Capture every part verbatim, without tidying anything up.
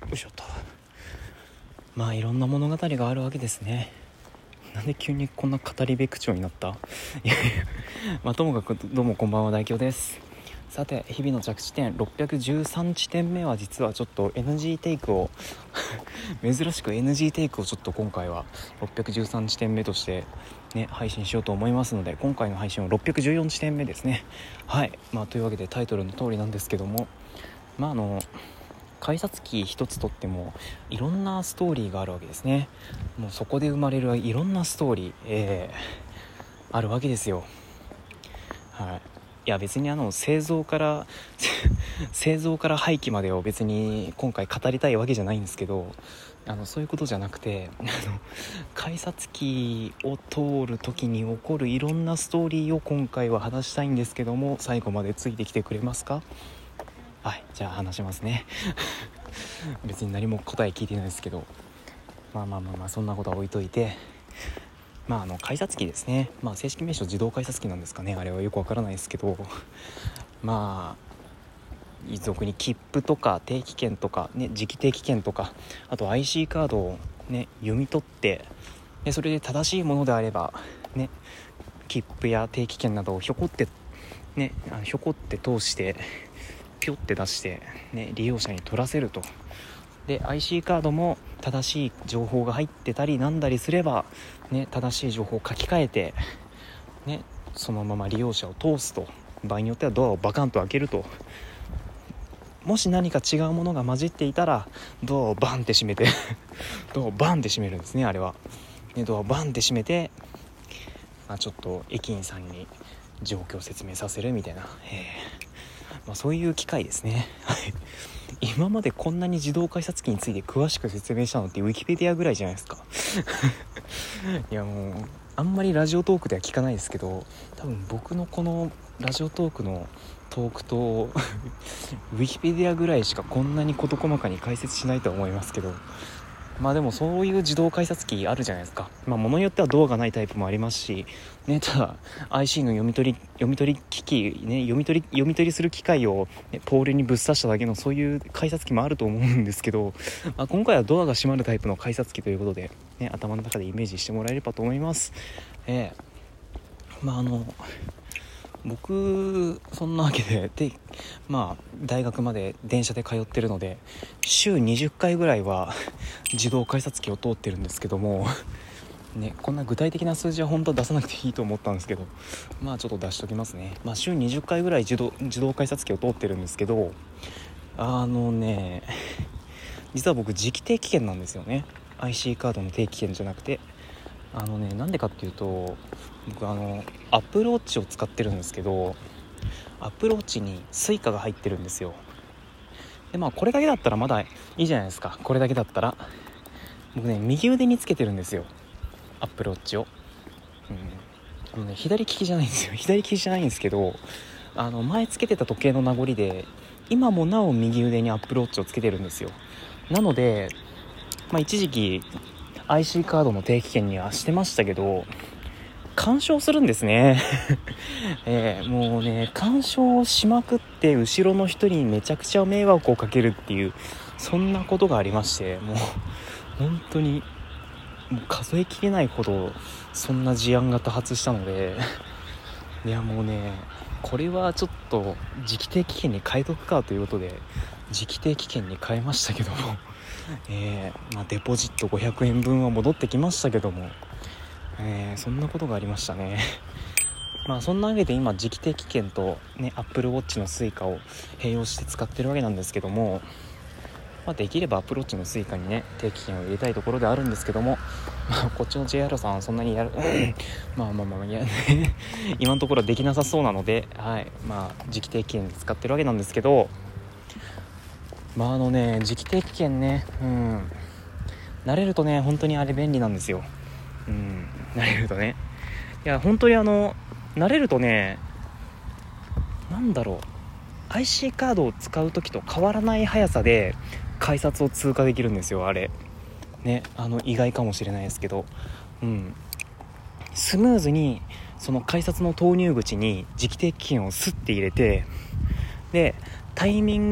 よいしょと。まあいろんな物語があるわけですね。なんで急にこんな語り部口調になった？いやいやまあともかくどうもこんばんは、大京です。さて、日々の着地点ろっぴゃくじゅうさん地点目は実はちょっと エヌジー テイクを珍しく エヌジー テイクをちょっと今回はろっぴゃくじゅうさん地点目としてね配信しようと思いますので、今回の配信はろっぴゃくじゅうよん地点目ですね。はい、まあというわけでタイトルの通りなんですけども、まああの改札機一つとってもいろんなストーリーがあるわけですね。もうそこで生まれるいろんなストーリー、えー、あるわけですよ。はい。いや別にあの製造から製造から廃棄までを別に今回語りたいわけじゃないんですけど、あのそういうことじゃなくて、あの改札機を通る時に起こるいろんなストーリーを今回は話したいんですけども、最後までついてきてくれますか？はい、じゃあ話しますね別に何も答え聞いてないですけど、まあまあまあまあそんなことは置いといて、まああの改札機ですね。まあ正式名称自動改札機なんですかね、あれはよくわからないですけど、まあ俗に切符とか定期券とかね、磁気定期券とか、あと アイシー カードをね読み取って、でそれで正しいものであればね、切符や定期券などをひょこってねあのひょこって通してピョって出してね利用者に取らせると。で アイシー カードも正しい情報が入ってたりなんだりすればね、正しい情報を書き換えてね、そのまま利用者を通すと。場合によってはドアをバカンと開けると。もし何か違うものが混じっていたらドアをバンって閉めてドアをバンって閉めるんですね、あれは。でドアをバンって閉めて、まあ、ちょっと駅員さんに状況を説明させるみたいな、えーまあ、そういう機会ですね今までこんなに自動改札機について詳しく説明したのってウィキペディアぐらいじゃないですかいやもうあんまりラジオトークでは聞かないですけど、多分僕のこのラジオトークのトークとウィキペディアぐらいしかこんなに事細かに解説しないとは思いますけど、まあでもそういう自動改札機あるじゃないですか。まあ物によってはドアがないタイプもありますしね、ただ アイシー の読み取り読み取り機器ね、読み取り読み取りする機械を、ね、ポールにぶっ刺しただけのそういう改札機もあると思うんですけど、まあ、今回はドアが閉まるタイプの改札機ということで、ね、頭の中でイメージしてもらえればと思います。えー、まああの僕そんなわけででまあ大学まで電車で通ってるので週にじゅっかいぐらいは自動改札機を通ってるんですけどもね、こんな具体的な数字は本当は出さなくていいと思ったんですけど、まあちょっと出しときますね。まあ週にじゅっかいぐらい自動自動改札機を通ってるんですけど、あのね実は僕磁気定期券なんですよね。 アイシー カードの定期券じゃなくて、あのねなんでかっていうと、僕あのアップルウォッチを使ってるんですけど、アップルウォッチにスイカが入ってるんですよ。でまあこれだけだったらまだいいじゃないですか。これだけだったら僕ね右腕につけてるんですよ、アップルウォッチを。うんあのね、左利きじゃないんですよ左利きじゃないんですけど、あの前つけてた時計の名残で今もなお右腕にアップルウォッチをつけてるんですよ。なので、まあ、一時期 アイシー カードの定期券にはしてましたけど、干渉するんですね、えー、もうね干渉しまくって後ろの人にめちゃくちゃ迷惑をかけるっていう、そんなことがありまして、もう本当にもう数えきれないほどそんな事案が多発したのでいやもうねこれはちょっと磁気定期券に変えとくかということで磁気定期券に変えましたけどもえーまあ、デポジットごひゃくえんぶんは戻ってきましたけども、えー、そんなことがありましたね。まあそんなわけで今磁気定期券とね Apple Watch の Suica を併用して使ってるわけなんですけども、まあ、できれば Apple Watch の Suica にね定期券を入れたいところであるんですけども、まあ、こっちの ジェイアール さんはそんなにやるまあまあまあいや今のところはできなさそうなので、はいまあ磁気定期券使ってるわけなんですけど、まああのね磁気定期券ね、うん慣れるとね本当にあれ便利なんですよ。うん慣れるとね、いや本当にあの慣れるとね、なんだろう アイシー カードを使う時と変わらない速さで改札を通過できるんですよ、あれね。あの意外かもしれないですけど、うんスムーズにその改札の投入口に磁気定期券をスッて入れて、でタイミング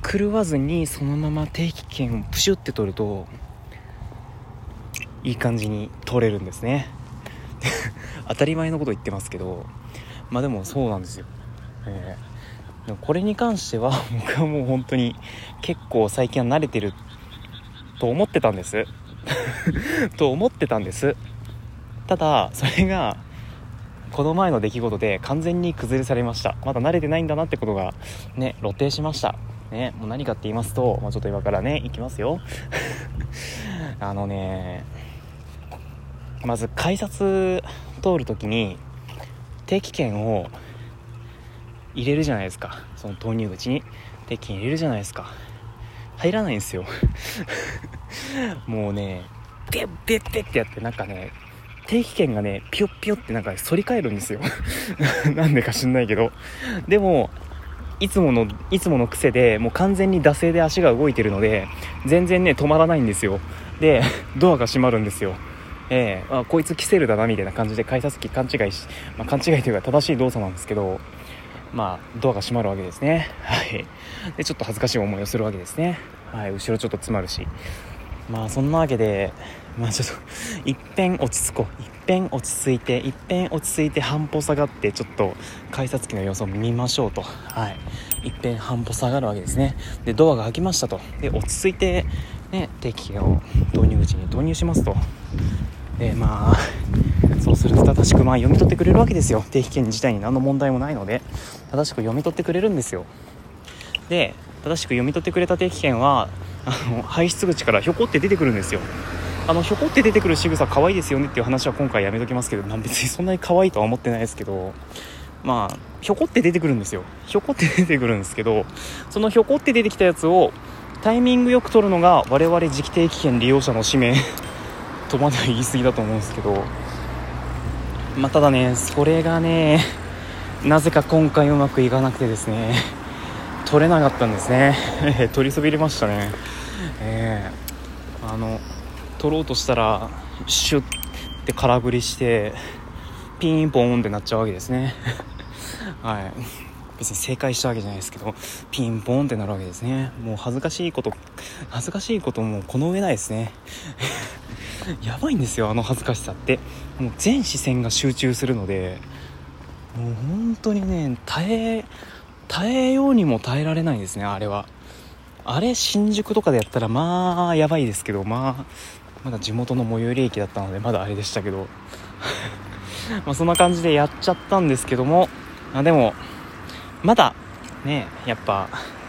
狂わずにそのまま定期券をプシュって取るといい感じに取れるんですね当たり前のこと言ってますけど、まあでもそうなんですよ、えー、でもこれに関しては僕はもう本当に結構最近は慣れてると思ってたんですと思ってたんですただそれがこの前の出来事で完全に崩れされました。まだ慣れてないんだなってことがね露呈しましたね。もう何かって言いますと、まあ、ちょっと今からねいきますよあのねまず改札通るときに定期券を入れるじゃないですか。その投入口に定期券入れるじゃないですか。入らないんですよもうねペッペッペッってやってなんかね定期券がねピヨッピヨってなんか反り返るんですよなんでか知んないけど、でもいつものいつもの癖でもう完全に惰性で足が動いてるので全然ね止まらないんですよ。でドアが閉まるんですよ。えー、あこいつキセルだなみたいな感じで改札機勘違いし、まあ、勘違いというか正しい動作なんですけど、まあドアが閉まるわけですね。はいでちょっと恥ずかしい思いをするわけですね。はい後ろちょっと詰まるし、まあそんなわけでまあちょっと一遍落ち着こう一遍落ち着いて一遍落ち着いて半歩下がってちょっと改札機の様子を見ましょうと。はい一遍半歩下がるわけですね。でドアが開きましたと。で落ち着いてね定期券を導入口に導入しますと。でまあそうすると正しくまあ読み取ってくれるわけですよ。定期券自体に何の問題もないので正しく読み取ってくれるんですよ。で正しく読み取ってくれた定期券はあの排出口からひょこって出てくるんですよ。あのひょこって出てくる仕草可愛いですよねっていう話は今回やめときますけど、まあ、別にそんなに可愛いとは思ってないですけど、まあひょこって出てくるんですよ。ひょこって出てくるんですけど、そのひょこって出てきたやつをタイミングよく取るのが我々磁気定期券利用者の使命とまでは言い過ぎだと思うんですけど、まあただねそれがねなぜか今回うまくいかなくてですね取れなかったんですね取りそびれましたね。えー、あの取ろうとしたらシュッて空振りしてピンポーンってなっちゃうわけですねはい別に正解したわけじゃないですけどピンポーンってなるわけですね。もう恥ずかしいこと恥ずかしいこともこの上ないですねやばいんですよあの恥ずかしさって。もう全視線が集中するのでもう本当にね耐え耐えようにも耐えられないですねあれは。あれ新宿とかでやったらまあやばいですけど、まあまだ地元の最寄り駅だったのでまだあれでしたけどまあそんな感じでやっちゃったんですけども、あでもまだねやっぱ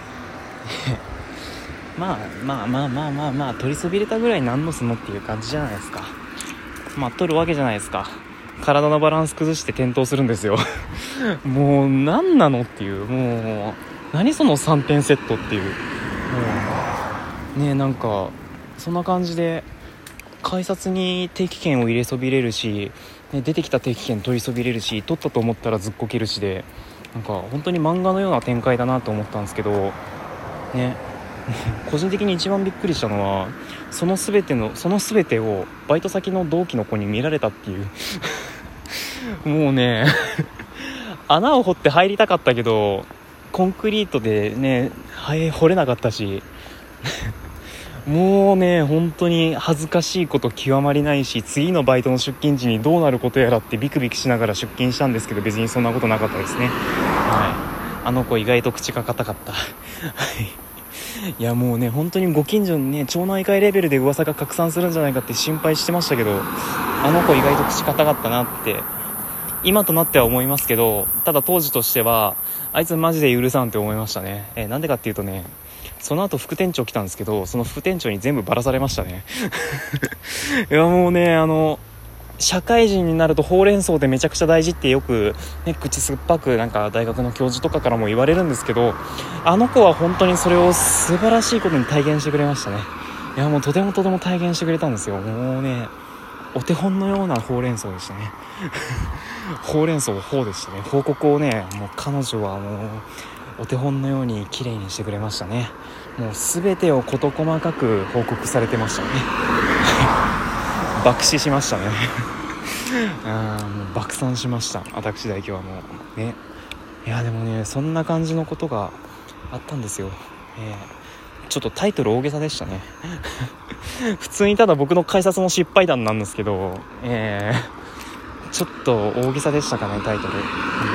まあまあまあまあまあまあ取りそびれたぐらいなんのそのっていう感じじゃないですか。まあ取るわけじゃないですか。体のバランス崩して転倒するんですよもう何なのっていう、もう何そのさんてんセットっていう、もうねなんかそんな感じで改札に定期券を入れそびれるし、ね、出てきた定期券取りそびれるし、取ったと思ったらずっこけるしで、なんか本当に漫画のような展開だなと思ったんですけどね個人的に一番びっくりしたのはその全てのその全てをバイト先の同期の子に見られたっていうもうね穴を掘って入りたかったけどコンクリートでね掘れなかったしもうね本当に恥ずかしいこと極まりないし、次のバイトの出勤時にどうなることやらってビクビクしながら出勤したんですけど、別にそんなことなかったですね。はい、あの子意外と口が硬かったいやもうね本当にご近所にね町内会レベルで噂が拡散するんじゃないかって心配してましたけど、あの子意外と口硬かったなって今となっては思いますけど、ただ当時としてはあいつマジで許さんって思いましたね。えなんでかっていうとね、その後副店長来たんですけど、その副店長に全部バラされましたねいやもうねあの社会人になるとほうれん草ってめちゃくちゃ大事ってよく、ね、口酸っぱくなんか大学の教授とかからも言われるんですけど、あの子は本当にそれを素晴らしいことに体現してくれましたね。いやもうとてもとても体現してくれたんですよ。もうねお手本のようなほうれん草でしたねほうれん草ほうでしたね。報告をねもう彼女はもうお手本のように綺麗にしてくれましたね。もう全てを事細かく報告されてましたね爆死しましたねあもう爆散しました私代表はもうね。いやでもねそんな感じのことがあったんですよ。 えー、ちょっとタイトル大げさでしたね普通にただ僕の解説の失敗談なんですけど、えー、ちょっと大げさでしたかねタイトル、うん、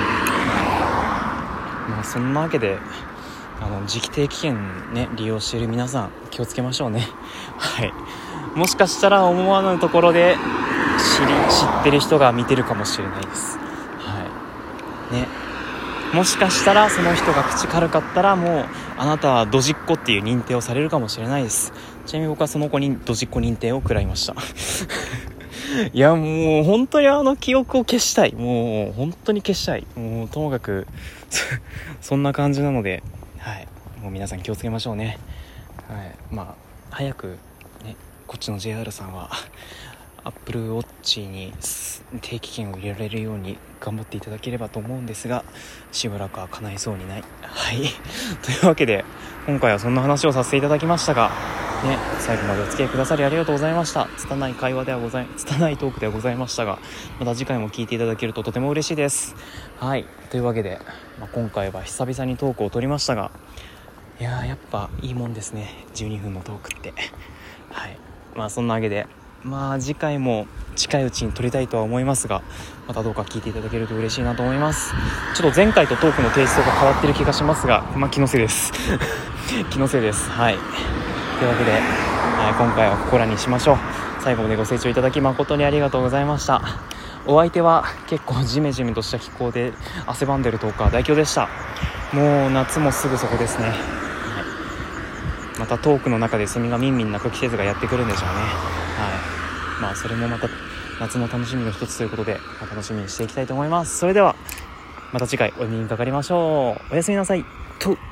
まあそんなわけであの自己定期券ね利用している皆さん気をつけましょうねはい、もしかしたら思わぬところで知り知ってる人が見てるかもしれないです。はいね、もしかしたらその人が口軽かったらもうあなたはドジっ子っていう認定をされるかもしれないです。ちなみに僕はその子にドジっ子認定を食らいましたいやもう本当にあの記憶を消したい、もう本当に消したい、もうともかくそんな感じなので、はい、もう皆さん気をつけましょうね。はい、まあ早くねこっちの ジェイアール さんはApple Watch に定期券を入れられるように頑張っていただければと思うんですが、しばらくは叶いそうにない。はいというわけで今回はそんな話をさせていただきましたがね、最後までお付き合いくださりありがとうございました。拙い会話ではござい拙いトークではございましたが、また次回も聞いていただけるととても嬉しいです。はいというわけで、まあ、今回は久々にトークを取りましたが、いやーやっぱいいもんですねじゅうにふんのトークって。はいまあそんなわけでまあ次回も近いうちに撮りたいとは思いますが、またどうか聞いていただけると嬉しいなと思います。ちょっと前回とトークのテイストが変わってる気がしますが、まあ気のせいです気のせいです。はいというわけで、はい、今回はここらにしましょう。最後までご清聴いただき誠にありがとうございました。お相手は結構ジメジメとした気候で汗ばんでるトーカー大京でした。もう夏もすぐそこですね。はい、またトークの中でセミがミンミン鳴く季節がやってくるんでしょうね。はいまあそれもまた夏の楽しみの一つということで、まあ、楽しみにしていきたいと思います。それではまた次回お耳にかかりましょう。おやすみなさいと。